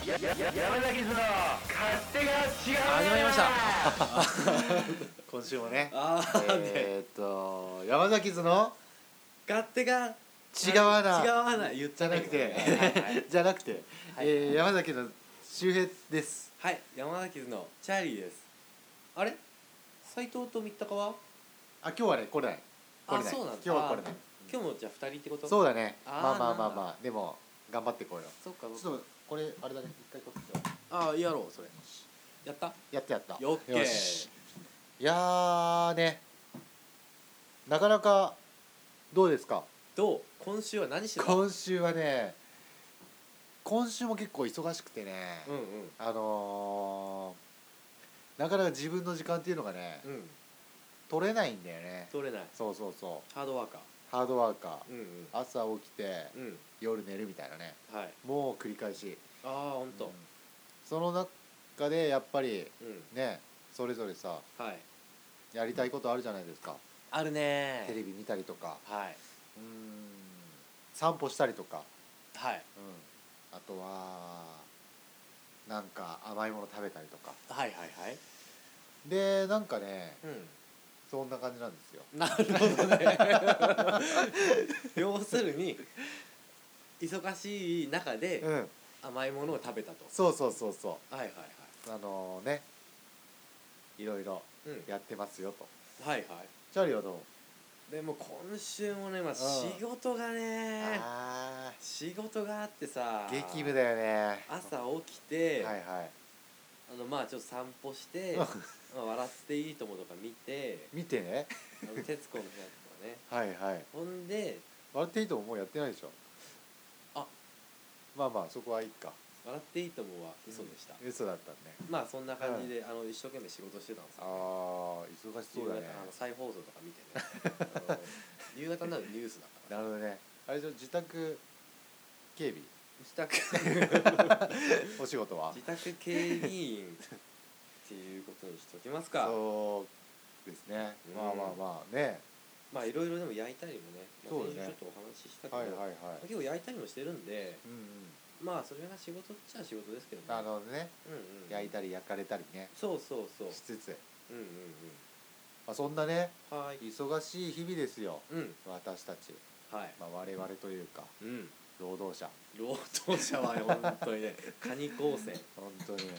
山崎の勝手が違う。 始まりました今週もねね山崎図の勝手が違わな違わない言っちゃじゃなくてはいじゃなくて、 はい山崎の周平です。 はい山崎のチャーリーです。あれ斉藤と三鷹はあ、今日はね来れない。 あ、そうなんだ。 今日は来れない。 今日もじゃあ2人ってこと？ そうだね。 あーまあまあまあなんだまあでも頑張ってこうよ。 そっかちょっとこれあれだね、一回こっちをああやろうそれやったやったよっけーし。いやーね、なかなかどうですか。 どう今週は何してた？ 今週はね、今週も結構忙しくてね、なかなか自分の時間っていうのがね、取れないんだよね。 取れないそうそうそう。 ハードワーカー。 ハードワーカー、朝起きて、夜寝るみたいなね。 はい。 もう繰り返し。 ああ本当。 その中でやっぱり、ね、それぞれさ、 はい。 やりたいことあるじゃないですか。 あるねテレビ見たりとか、 はい散歩したりとか、 はい。 あとはなんか甘いもの食べたりとかはいはいはい。 で、なんかね、そんな感じなんですよ。 なるほどね要するに忙しい中で甘いものを食べたと。 そうそうそうそはいはいう。ね、いろいろやってますよと。 はいはいチャーリーはどう？ でも今週もね、仕事がね、仕事があってさ、 激務だよね。 朝起きて、 はいはい。 まあちょっと散歩して笑っていいともとか見て見てね。 徹子の部屋とかね、 はいはい。 ほんで笑っていいとももうやってないでしょ。 あ、 まあまあそこはいいか。 笑っていいともは嘘でした、 嘘だったね。 まあそんな感じで、一生懸命仕事してたんですよ、 忙しそうだね。 再放送とか見てね夕方になるニュースだから。 なるほどね。あれじゃ自宅警備自宅お仕事は自宅警備員っていうことにしておきますか。 そうですね。まあまあまあね。 まあいろいろでも焼いたりもね、 そうだね。 ちょっとお話ししたけど、 はいはいはい。 結構焼いたりもしてるんで、まあそれが仕事っちゃ仕事ですけどね。 ね。焼いたり焼かれたりね。 そうそうそう。 しつつ。まあそんなね、忙しい日々ですよ。私たち。まあ我々というか、労働者。 労働者は本当にね、カニ光線。 本当にね。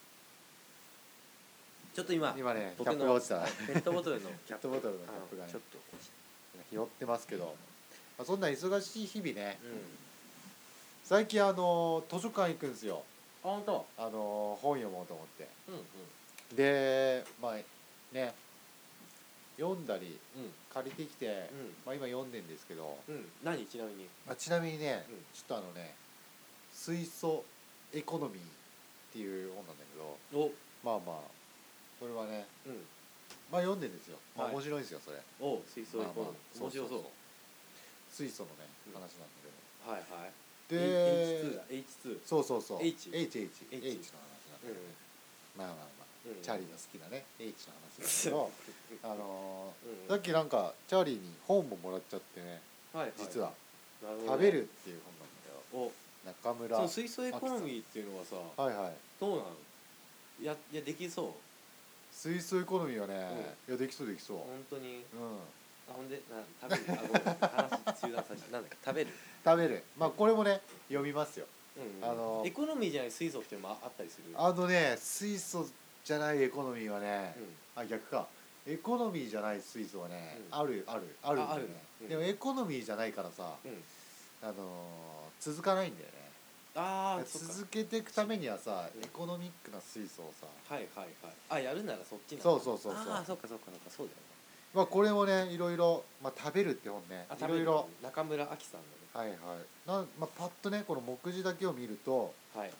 ちょっと今ね、キャップが落ちた。 ペットボトルのキャップのキャップがね、 ちょっと拾ってますけど、そんな忙しい日々ね。最近図書館行くんですよ。 本当。 本読もうと思って。で、まあね、読んだり借りてきて、まあ今読んでんですけど。 何ちなみに？ ちなみにね、ちょっと水素エコノミーっていう本なんだけど、まあまあそれはね、まあ読んでんですよ。まあ面白いんですよそれ。 水素エコノミー面白そう。 水素のね話なんだけど。 はいはい。 で、 H2。 そうそうそう。 H の話なんだけど。まあまあまあ、チャーリーの好きなね H の話なんだけど、さっきなんかチャーリーに本ももらっちゃってね、実は食べるっていう本なんだよ。中村。 その水素エコノミーっていうのはさ、どうなの？いやできそう。 水素エコノミーはね、いやできそうできそう。 本当に。ほんで食べる。ごめん、話中断させて。なんだっけ、 食べる。まあこれもね読みますよ。 エコノミーじゃない水素っていうのもあったりする？ 水素じゃないエコノミーはね、逆か。エコノミーじゃない水素はね、あるんだよね。でもエコノミーじゃないからさ、続かないんだよね。続けていくためにはさ、エコノミックな水素をさ、 やるならそっちなの。 そうそう。 そうかそうだよね。 まあこれもねいろいろ、食べるって本ね、いろいろ中村明さんのね。 まあパッとねこの目次だけを見ると、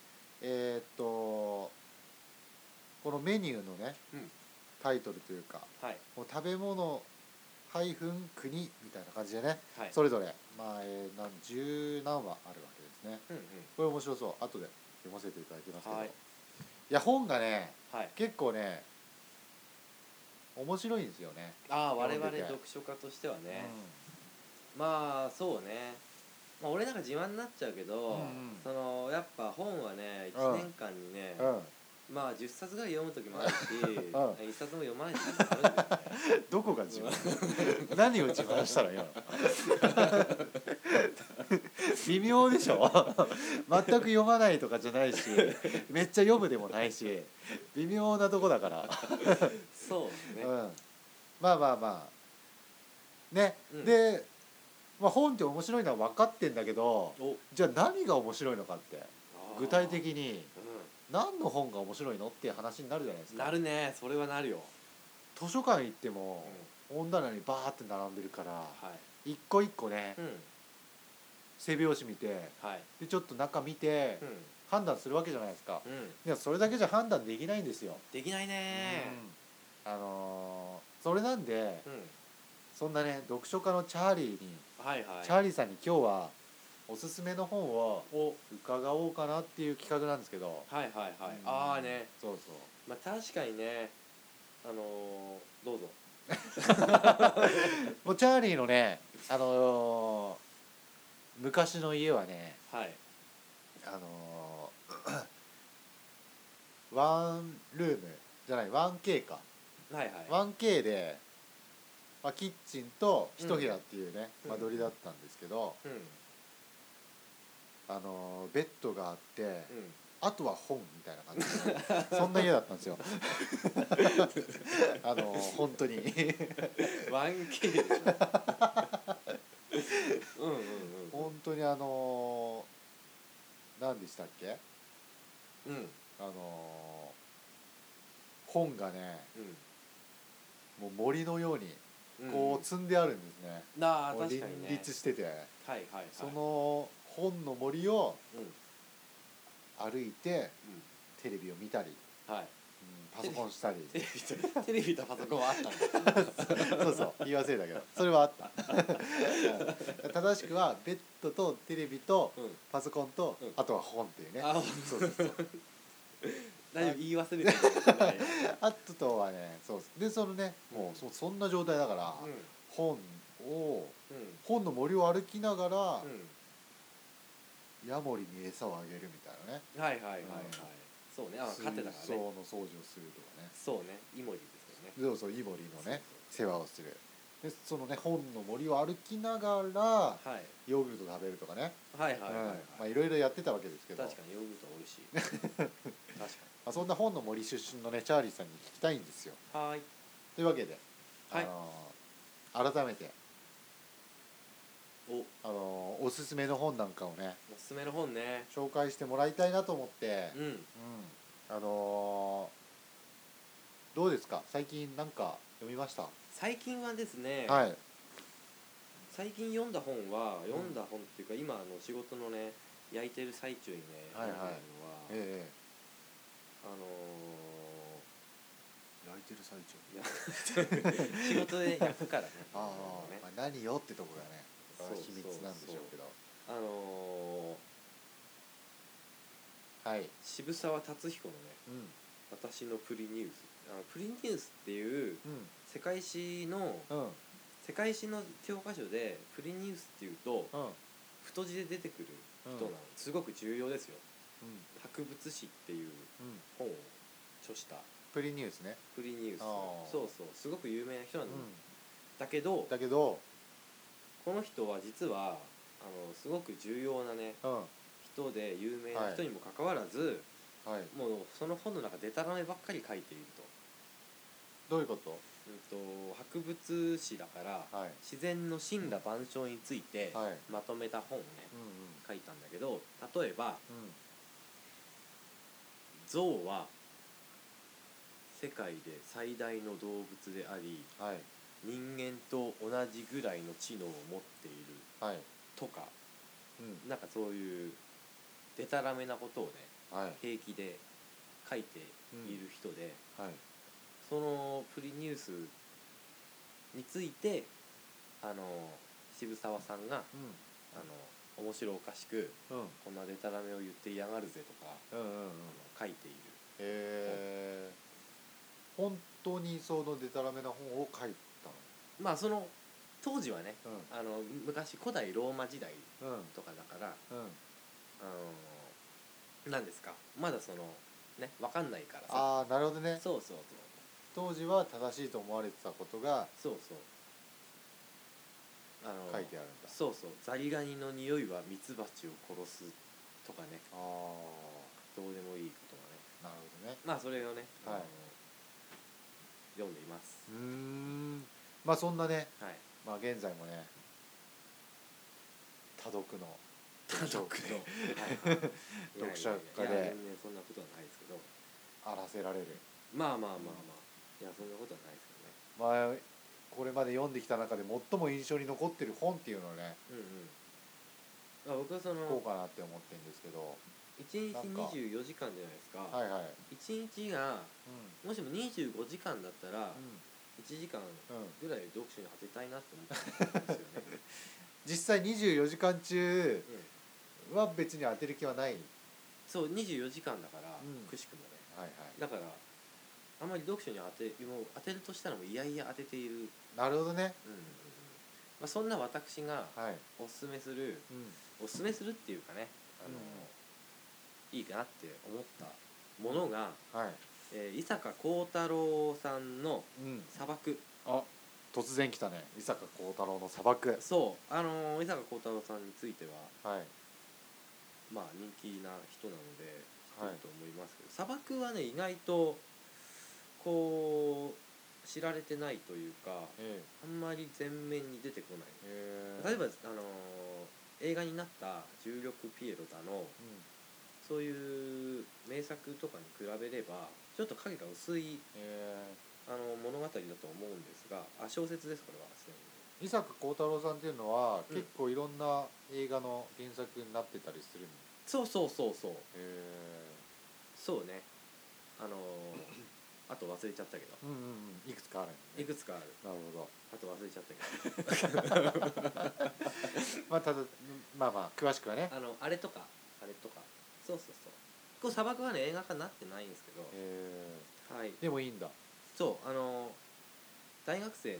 このメニューのねタイトルというか、もう食べ物国みたいな感じでね、それぞれまあ十何話あるわけですね。これ面白そう。後で読ませていただきますけど、いや本がね結構ね面白いんですよね。 我々読書家としてはね、まあそうね。 まあ、俺なんか自慢になっちゃうけど、そのやっぱ本はね1年間にね、まあ10冊ぐらい読む時もあるし、1冊も読まない時もあるんだよね。 どこが自慢何を自慢したらいいの微妙でしょ全く読まないとかじゃないしめっちゃ読むでもないし微妙なとこだからそうね、 まあまあまあね、で、まあ、本って面白いのは分かってんだけど、じゃあ何が面白いのかって具体的に何の本が面白いのっていう話になるじゃないですか。 なるね、それはなるよ。 図書館行っても本棚にバーって並んでるから、一個一個ね、背表紙見て、でちょっと中見て、判断するわけじゃないですか。いやそれだけじゃ判断できないんですよ。 できないね。 それなんで、そんなね読書家のチャーリーに、チャーリーさんに今日はおすすめの本を伺おうかなっていう企画なんですけど。 ああね。 そうそう。 まあ確かにね、どうぞ。 もうチャーリーのね、昔の家はね、ワンルームじゃない 1K か、1K で、まあ、キッチンと一部屋っていうね、間取りだったんですけど、ベッドがあって、あとは本みたいな感じでそんな家だったんですよ本当に 1K 本当に何でしたっけ、本がね、もう森のようにこう積んであるんですね。林立してて、その本の森を歩いてテレビを見たり、パソコンしたり。 テレビとパソコンはあったんだ。 そうそう言い忘れたけどそれはあった正しくはベッドとテレビとパソコンと、あとは本っていうね。そうそうそう大丈夫、言い忘れてる。 あとはね、そうでそのね、もうそんな状態だから、本の森を歩きながら、ヤモリに餌をあげるみたいなね。 そうね、飼ってたからね。 水槽の掃除をするとかね。 そうね、イモリですよね。 そうそう、イモリのね世話をする。でそのね本の森を歩きながらヨーグルト食べるとかね。まあいろいろやってたわけですけど。 確かにヨーグルト美味しい。確かに。 そんな本の森出身のねチャーリーさんに聞きたいんですよ。というわけで、改めておすすめの本なんかをね、 おすすめの本ね紹介してもらいたいなと思って、どうですか最近なんか読みました？ 最近はですね、最近読んだ本っていうか、今仕事のね焼いてる最中にね読んだのは、 焼いてる最中仕事で焼くからね。 何よってとこがね秘密なんでしょうけど、 渋沢達彦のね、私のプリニュース、プリニュースっていう世界史の教科書でプリニュースっていうと太字で出てくる人なの。すごく重要ですよ。博物史っていう本を著したプリニュースね。 プリニュース、そうそう、すごく有名な人なんだけど、この人は実はすごく重要なね人で有名な人にもかかわらず、もうその本の中でたらめばっかり書いていると。 どういうこと？ 博物史だから、自然の森羅万象についてまとめた本をね、書いたんだけど、例えば、象は世界で最大の動物であり、人間と同じぐらいの知能を持っているとか、なんかそういうデタラメなことをね、平気で書いている人で、そのプリニュースについて渋沢さんが、面白おかしく、こんなデタラメを言って嫌がるぜとか、書いている。 本当にそのデタラメな本を書いたの？ まあその当時はね、昔古代ローマ時代とかだから、何ですか、まだそのね分かんないからさ。 ああ、なるほどね。 そうそうそう。 当時は正しいと思われてたことがそうそう書いてあるんだ。 そうそう。ザリガニの匂いはミツバチを殺すとかね。 ああ、 どうでもいいことがね。 なるほどね。 まあそれをね、 はい、 読んでいます。 まあそんなね、 はい、 まあ現在もね、多読の読者家でそんなことはないですけど、 荒らせられる。 まあまあまあまあ、いやそんなことはないですけどね。まあこれまで読んできた中で最も印象に残ってる本っていうのをね、 まあ僕はそのこうかなって思ってるんですけど、 1日24時間じゃないですか。 はいはい。 1日が、もしも25時間だったら、1時間ぐらい読書に当てたいなって思ったんですよね。 実際24時間中は別に当てる気はない。 そう24時間だから、くしくもね、 はいはい、 だからあんまり読書に当てるとしたらもういやいや当てている。 なるほどね。 まあ、そんな私がおすすめする、おすすめするっていうかね、いいかなって思ったものが、伊坂幸太郎さんの砂漠。 あ、突然来たね。伊坂幸太郎の砂漠。 そう、伊坂幸太郎さんについては、 はい、 まあ人気な人なので知ってると思いますけど、砂漠はね意外とこう知られてないというか、あんまり前面に出てこない。例えば映画になった「重力ピエロ」だの、そういう名作とかに比べればちょっと影が薄い、物語だと思うんですが、小説です。これは伊坂幸太郎さんっていうのは、結構いろんな映画の原作になってたりするの。 そうそうそうそう。そうね。あと忘れちゃったけど、 いくつかある、 いくつかある。 なるほど。 あと忘れちゃったけどまあただまあまあ詳しくはね、 あれとかそうそうそう。こう砂漠はね映画化になってないんですけど、はい、 でもいいんだ。 そう大学生の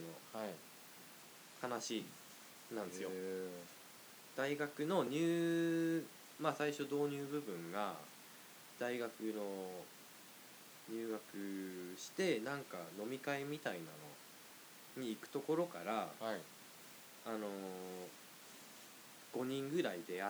話なんですよ。大学のまあ最初導入部分が大学の入学してなんか飲み会みたいなのに行くところから、5人ぐらい出会って、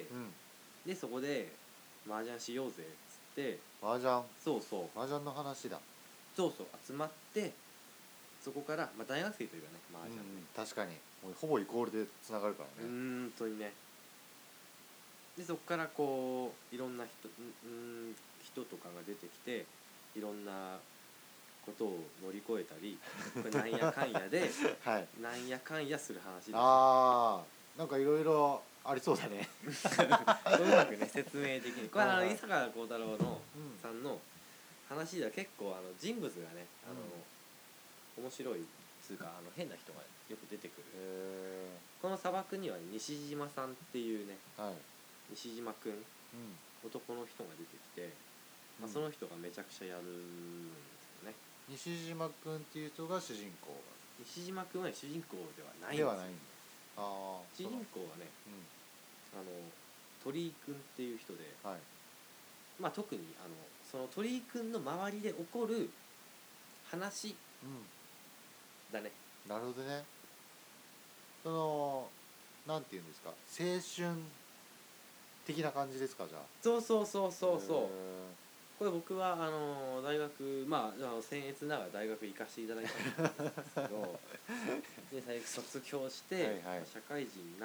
でそこで麻雀しようぜっつって。 麻雀。 そうそう。 麻雀の話だ。 そうそう集まって、そこから、まあ、大学生というかね麻雀、 確かにもうほぼイコールでつながるからね。 本当にね。でそこからこういろんな人とかが出てきて、いろんなことを乗り越えたり、これなんやかんやで、なんやかんやする話です。 なんかいろいろありそうだね。 うまくね説明的に。これ伊坂幸太郎の、さんの話では結構人物がね面白いつうか変な人がよく出てくる。この砂漠には西島さんっていうね、西島くん、男の人が出てきて、まあ、その人がめちゃくちゃやるんですよね。 西島くんっていう人が主人公。 西島くんは主人公ではないんですよ。主人公はね、鳥居くんっていう人で、まあ特にその鳥居くんの周りで起こる話だね。 なるほどね。なんていうんですか、青春的な感じですか、じゃあ。 そうそうそうそうそう。これ僕は大学、まあ僭越ながら大学行かせていただいたんですけどで最悪卒業して、社会人になって、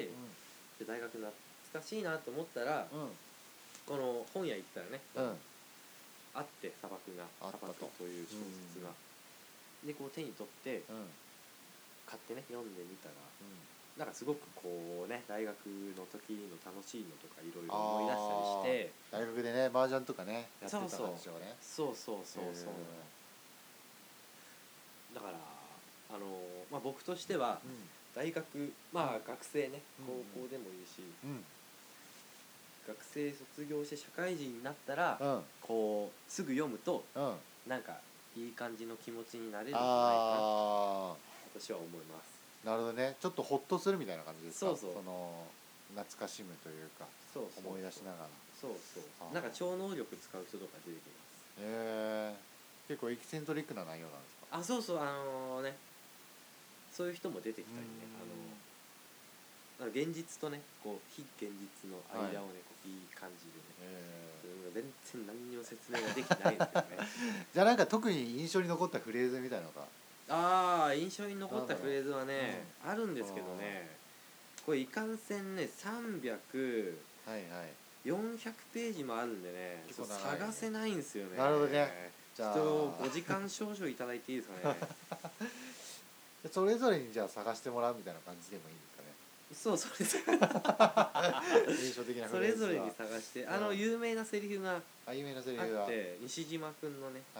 で大学懐かしいなと思ったら、この本屋行ったらね、あって砂漠という小説が、でこう手に取って、買ってね読んでみたら、なんかすごくこうね大学の時の楽しいのとかいろいろ思い出したりして、 大学でね麻雀とかねやってたんでしょうね。 そうだからまあ僕としては、大学まあ学生ね、高校でもいいし、学生卒業して社会人になったら、こうすぐ読むと、なんかいい感じの気持ちになれるんじゃないかなと私は思います。 なるほどね。ちょっとホッとするみたいな感じですか。 そうそう、 その懐かしむというか、 そうそう思い出しながら。 そうそうなんか超能力使う人とか出てきます。 結構エキセントリックな内容なんですか。 あ、そうそう、ね、そういう人も出てきたりね、現実とね、こう非現実の間をね、こういい感じでね、全然何にも説明ができてないんですけどね。 じゃあなんか特に印象に残ったフレーズみたいなのが。 印象に残ったフレーズはね、あるんですけどね、これいかんせんね、300、400ページもあるんでね、探せないんですよね。 なるほどね。 じゃあ5時間少々いただいていいですかね。 それぞれにじゃあ探してもらうみたいな感じでもいいんですかね。 そう、それぞれ印象的なフそレーズはれぞれに探して、有名なセリフがあって西島くんのね、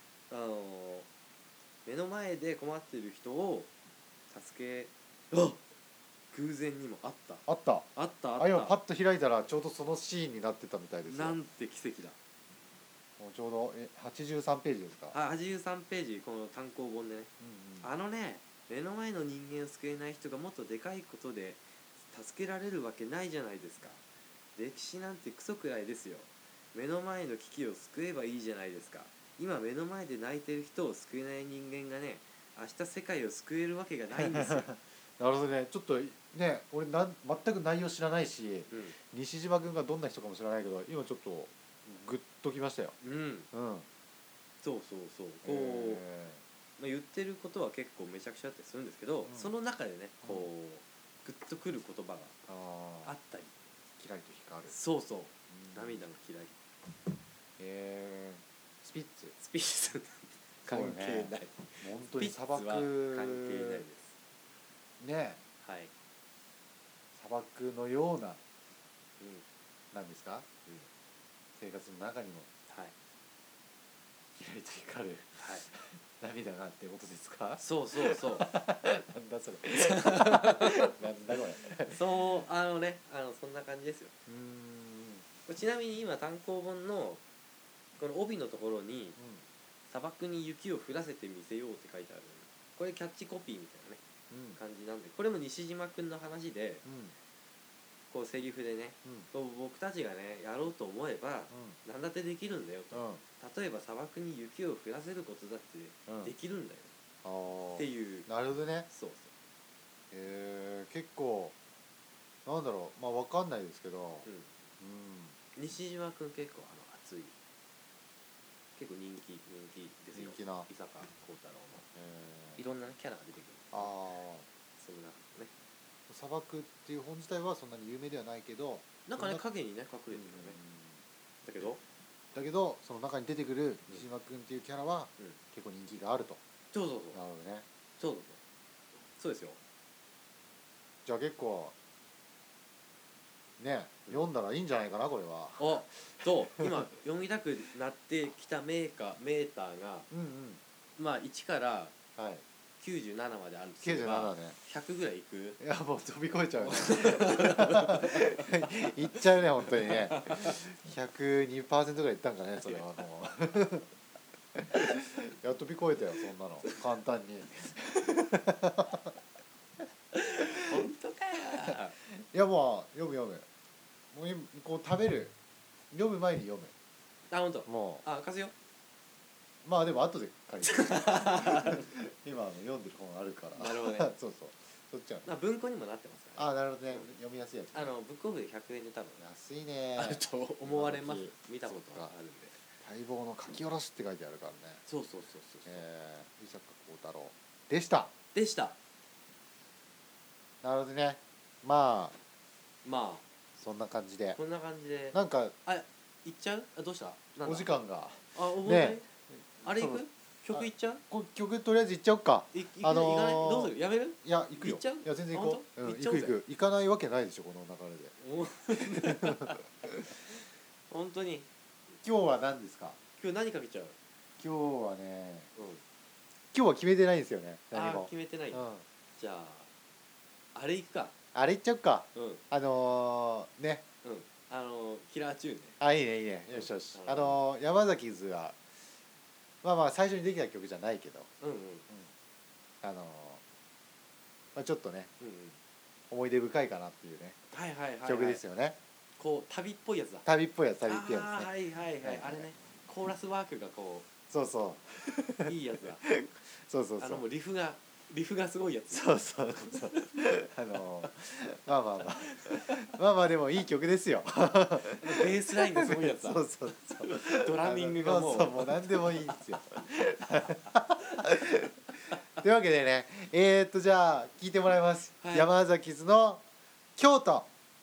目の前で困ってる人を助け、偶然にもあったあった今パッと開いたらちょうどそのシーンになってたみたいですよ。 なんて奇跡だ。 もうちょうど83ページですか。 83ページ、この単行本でね、目の前の人間を救えない人がもっとでかいことで助けられるわけないじゃないですか。歴史なんてクソくらいですよ。目の前の危機を救えばいいじゃないですか。今目の前で泣いてる人を救えない人間がね、明日世界を救えるわけがないんですよ。 なるほどね。ちょっとね、俺全く内容知らないし、西島君がどんな人かも知らないけど、今ちょっとグッときましたよ。 そうこう、言ってることは結構めちゃくちゃあったりするんですけど、その中でね、こうグッとくる言葉があったり、 キラリと光る。 そう涙のキラリ。 スピッツ関係ない。 本当に砂漠関係ないですね。砂漠のような、なんですか、生活の中にもキラリと光る涙があってことですか。 そうなんだそれ。なんだこれ。 そう、そんな感じですよ。ちなみに今単行本のこの帯のところに、砂漠に雪を降らせてみせようって書いてある。これキャッチコピーみたいなね、感じなんで、これも西島くんの話で、こうセリフでね、僕たちがねやろうと思えば何だってできるんだよと、例えば砂漠に雪を降らせることだってできるんだよっていう。 なるほどね。 そう結構なんだろう、まあ分かんないですけど、 西島くん結構熱い、結構人気ですよ。 人気な伊坂幸太郎のいろんなキャラが出てくる。そんなね、 砂漠っていう本自体はそんなに有名ではないけど、 なんかね影にね隠れてるね。だけどその中に出てくる西島君っていうキャラは結構人気があると。 そうなるほどね。 そうですよ。 じゃあ結構ね、読んだらいいんじゃないかなこれは。 今読みたくなってきたメーターがまあ1から97まであるんですけど、100ぐらいいく。 いやもう飛び越えちゃうね。いっちゃうね本当にね。102% ぐらいいったんかねそれはもう。いや飛び越えたよそんなの簡単に。 本当かよ。 いやもう読むもうこう読む前に読む。 本当。 もう貸すよ。 まあでも後で書いて今読んでる本あるから。 なるほどね。 そうそっちは文庫にもなってますからね。 なるほどね。読みやすいやつ。 ブックオフで100円で多分安いね。 あると思われます。見たことがあるんで。 待望の書き下ろしって書いてあるからね。 そう。伊坂幸太郎でした。なるほどね。まあそんな感じで。 こんな感じで。 なんか行っちゃう？どうした？ お時間が。 ね。あれ行く？曲行っちゃう？ 曲とりあえず行っちゃおうか。 行かない？どうする？やめる？ いや行くよ。いや全然行こう。行く。行かないわけないでしょこの流れで。 本当に。 今日は何ですか？ 今日何かけちゃう？ 今日はね。今日は決めてないんですよね。 決めてない。じゃああれ行くか。 あれ行っちゃうか。ね。 キラーチューンね。 いいね。よし。山崎図はまあ最初にできた曲じゃないけど。 まあ、ちょっとね、思い出深いかなっていうね、曲ですよね。 こう旅っぽいやつだ。 旅っぽいやつですね。 はい、あれね、コーラスワークがこうそういいやつだ。 そうもうリフがすごいやつ。 そうまあでもいい曲ですよ。 ベースラインがすごいやつだ。 そうドラミングがもうもう何でもいいんですよ。というわけでね、じゃあ聴いてもらいます、山崎図の京都。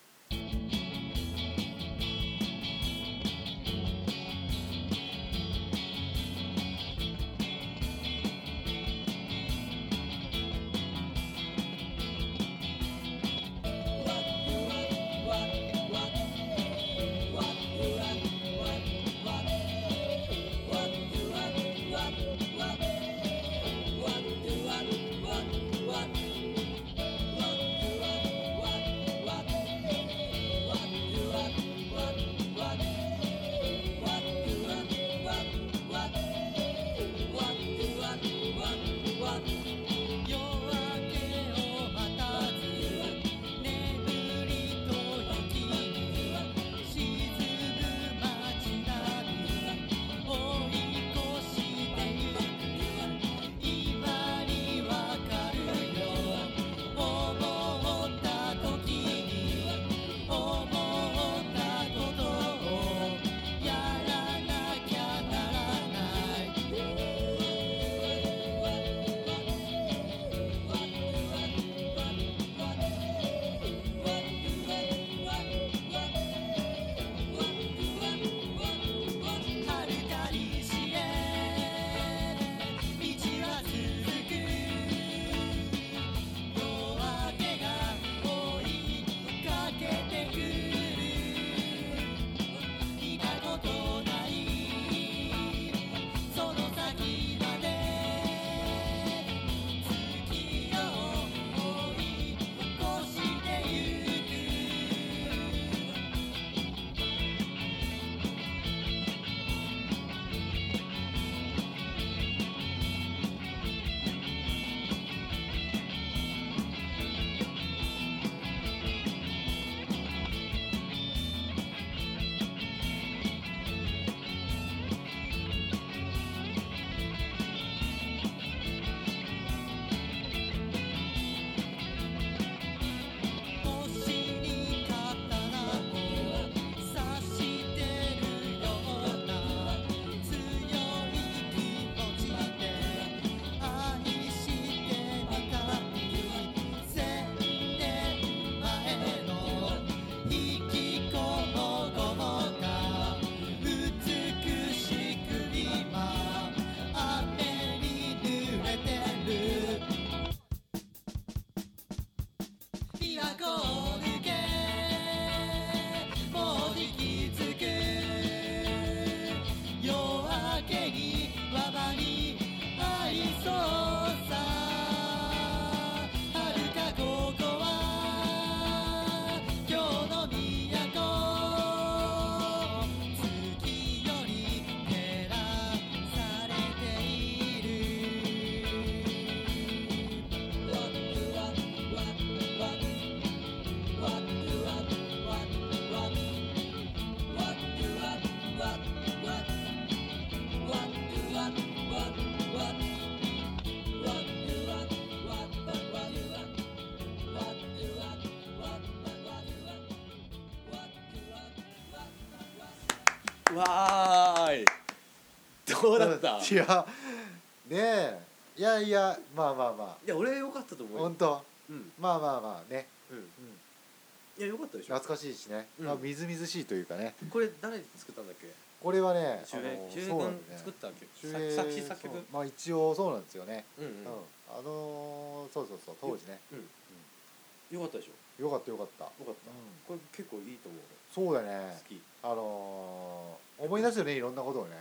わーい、どうだった？ いやねえ、いやまあいや俺良かったと思うよ。 本当、まあね、 いや良かったでしょ。 懐かしいしね、まあみずみずしいというかね。 これ誰作ったんだっけ？ これはね、 周平君作ったわけ？作詞作曲？ まあ一応そうなんですよね。そう当時ね。 良かったでしょ。 良かった。 これ結構いいと思う。 そうだね。 好き。 思い出すよね、いろんなことをね。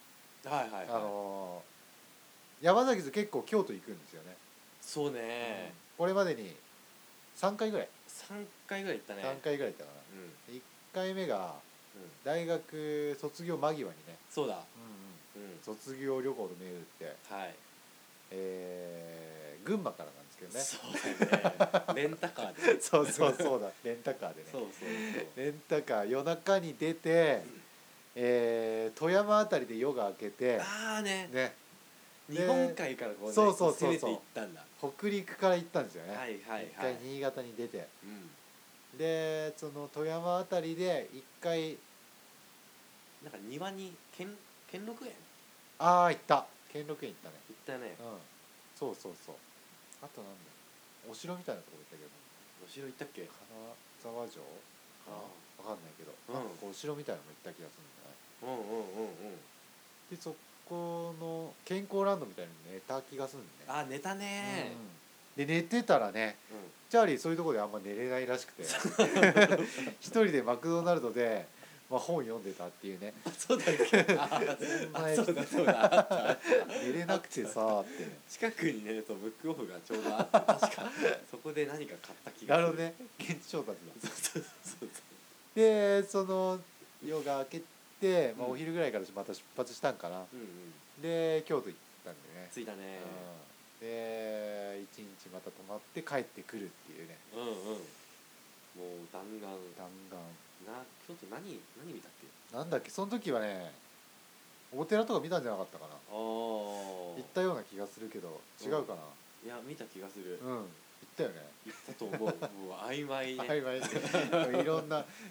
山崎図結構京都行くんですよね。 そうね。 これまでに3回ぐらい。 3回ぐらい行ったね。 3回ぐらい行ったかな。1回目が大学卒業間際にね。 そうだ。卒業旅行と銘打って、群馬からなんですけけどね。 そうだねレンタカーでそうそうそうだレンタカーでね。 そうそうレンタカー夜中に出て、富山あたりで夜が明けて、 ああねね、 日本海からこうねそうそうそうそう攻めていったんだ。 北陸から行ったんですよね。 はいはいはい一回新潟に出て、 うん、 でその富山あたりで一回なんか庭に兼六園行った兼六園行ったね。 行ったね。 うんそうそうそう。あとなんだお城みたいなとこ行ったけど、 お城行ったっけ。 金沢城かなわかんないけど、 うんなんかお城みたいなのも行った気がするんだね。 うんでそこの健康ランドみたいに寝た気がするんだね。 あ寝たねで寝てたらね、チャーリーそういうところであんま寝れないらしくて一人でマクドナルドで、本読んでたっていうね。 そうだっけそうだそうだ寝れなくてさってね。 近くにねブックオフがちょうどあって確かそこで何か買った気がする。 なるほどね現地調達だ。 そうでその夜が明けて、お昼ぐらいからまた出発したんかな、で京都行ったんでね。 着いたね。 で一日また泊まって帰ってくるっていうね。 もう弾丸な。京都何見たっけ。 なんだっけその時はねお寺とか見たんじゃなかったかな。行ったような気がするけど違うかな。 いや見た気がする。 行ったよね。 行ったと思う。もう曖昧ね。 曖昧いろん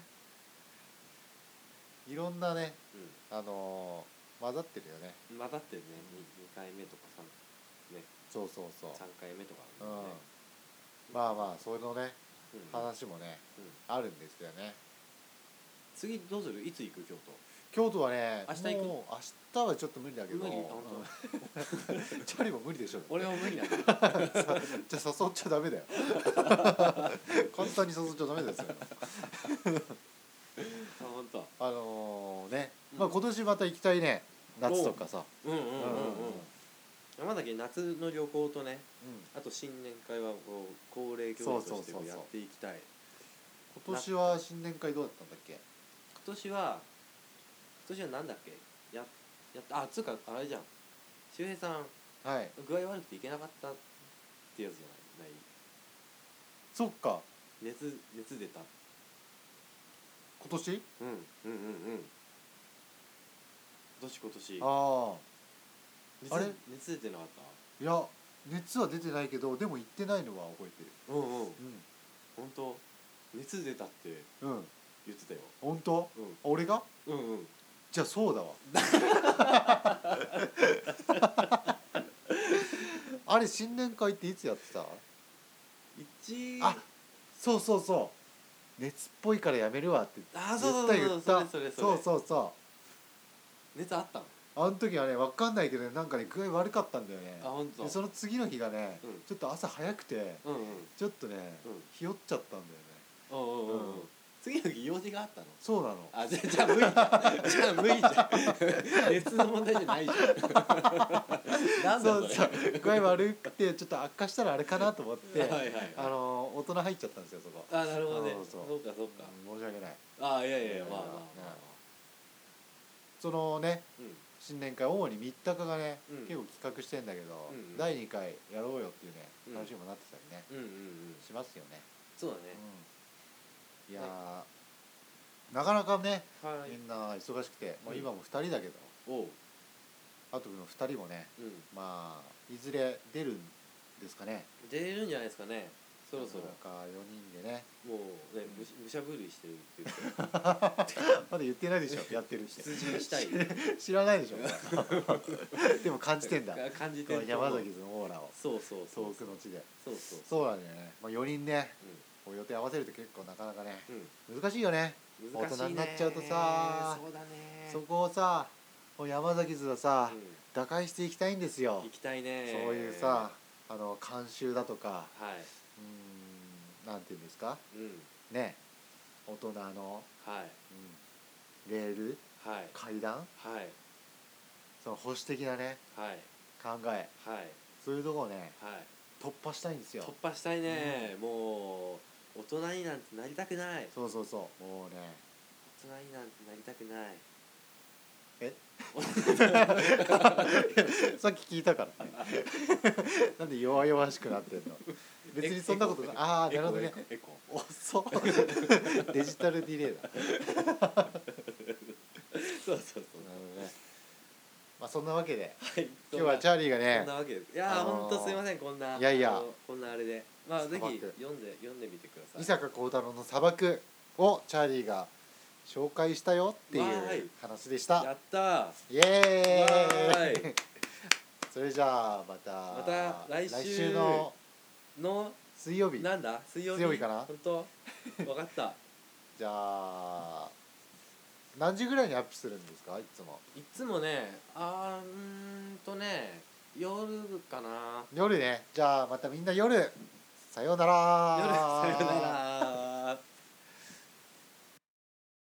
なね、混ざってるよね。 混ざってるね。2回目とか3ね。 そう3 回目とかね。 そのね、話もね、あるんですよね。 次どうする。いつ行く京都。 京都はね明日行く。 もう明日はちょっと無理だけど。 無理。 チャリも無理でしょ。 俺も無理なんだ。 じゃあ誘っちゃダメだよ。簡単に誘っちゃダメですよ。 本当。 今年また行きたいね。夏とかさ。 山崎夏の旅行とね、あと新年会はこう恒例行事としてもやっていきたい。 今年は新年会どうだったんだっけ。 今年はなんだっけ。つうかあれじゃん。周平さん、具合悪くて行けなかったってやつじゃない。 そっか。 熱出た。 今年？ 今年。 あれ熱出てなかった。 いや熱は出てないけどでも行ってないのは覚えてる。 本当。熱出たって言ってたよ。 本当？俺が？じゃあそうだわ。あれ新年会っていつやってた？そう熱っぽいからやめるわって言った。そう熱あったの？ あの時はね分かんないけどなんかね具合悪かったんだよね。 でその次の日がねちょっと朝早くてちょっとねひよっちゃったんだよね。 次の日用事があったの？ そうなの。 じゃあ無理じゃん。じゃあ無理じゃん。熱の問題じゃないじゃん。なんだそれ。 具合悪くてちょっと悪化したらあれかなと思って大人入っちゃったんですよそこ。 なるほどね。そうか。 申し訳ない。 いやそのね新年会主に三鷹がね結構企画してんだけど第2回やろうよっていうね話にもなってたりねしますよね。 そうだね。 いやなかなかねみんな忙しくて今も2人だけどあとの2人もねいずれ出るんですかね。 出るんじゃないですかね。そろそろ 4人でねもうね武者震いしてるって言ってまだ言ってないでしょやってるって。 出陣したい。 知らないでしょ。でも感じてんだ。 感じてる。 山崎のオーラを遠くの地で。 そうなんだよね。4人ね予定合わせると結構なかなかね難しいよね。大人になっちゃうとさそこをさ山崎図はさ打開していきたいんですよ。 行きたいね。 そういうさ慣習だとかなんていうんですかね大人のレール階段その保守的なね考えそういうとこをね突破したいんですよ。 突破したいね。もう大人になんてなりたくない。 もうね大人になんてなりたくない。 さっき聞いたからねなんで弱々しくなってんの。別にそんなことない。ああなるほどね。遅っデジタルディレイだそうそうそう、 なるほどね。まあそんなわけで、 はい、 今日はチャーリーがね、 そんなわけで、いやー、ほんとすいません、こんな、 いやいや、 こんなあれで、まあぜひ砂漠読んでみてください。 伊坂幸太郎の砂漠をチャーリーが紹介したよっていう話でした。 やったー、 イエーイそれじゃあまた来週のの水曜日、 なんだ水曜日かな。 本当分かったじゃあ何時ぐらいにアップするんですか？いつもね、夜かな。 夜ね。じゃあまたみんな夜さようなら。 夜さようなら。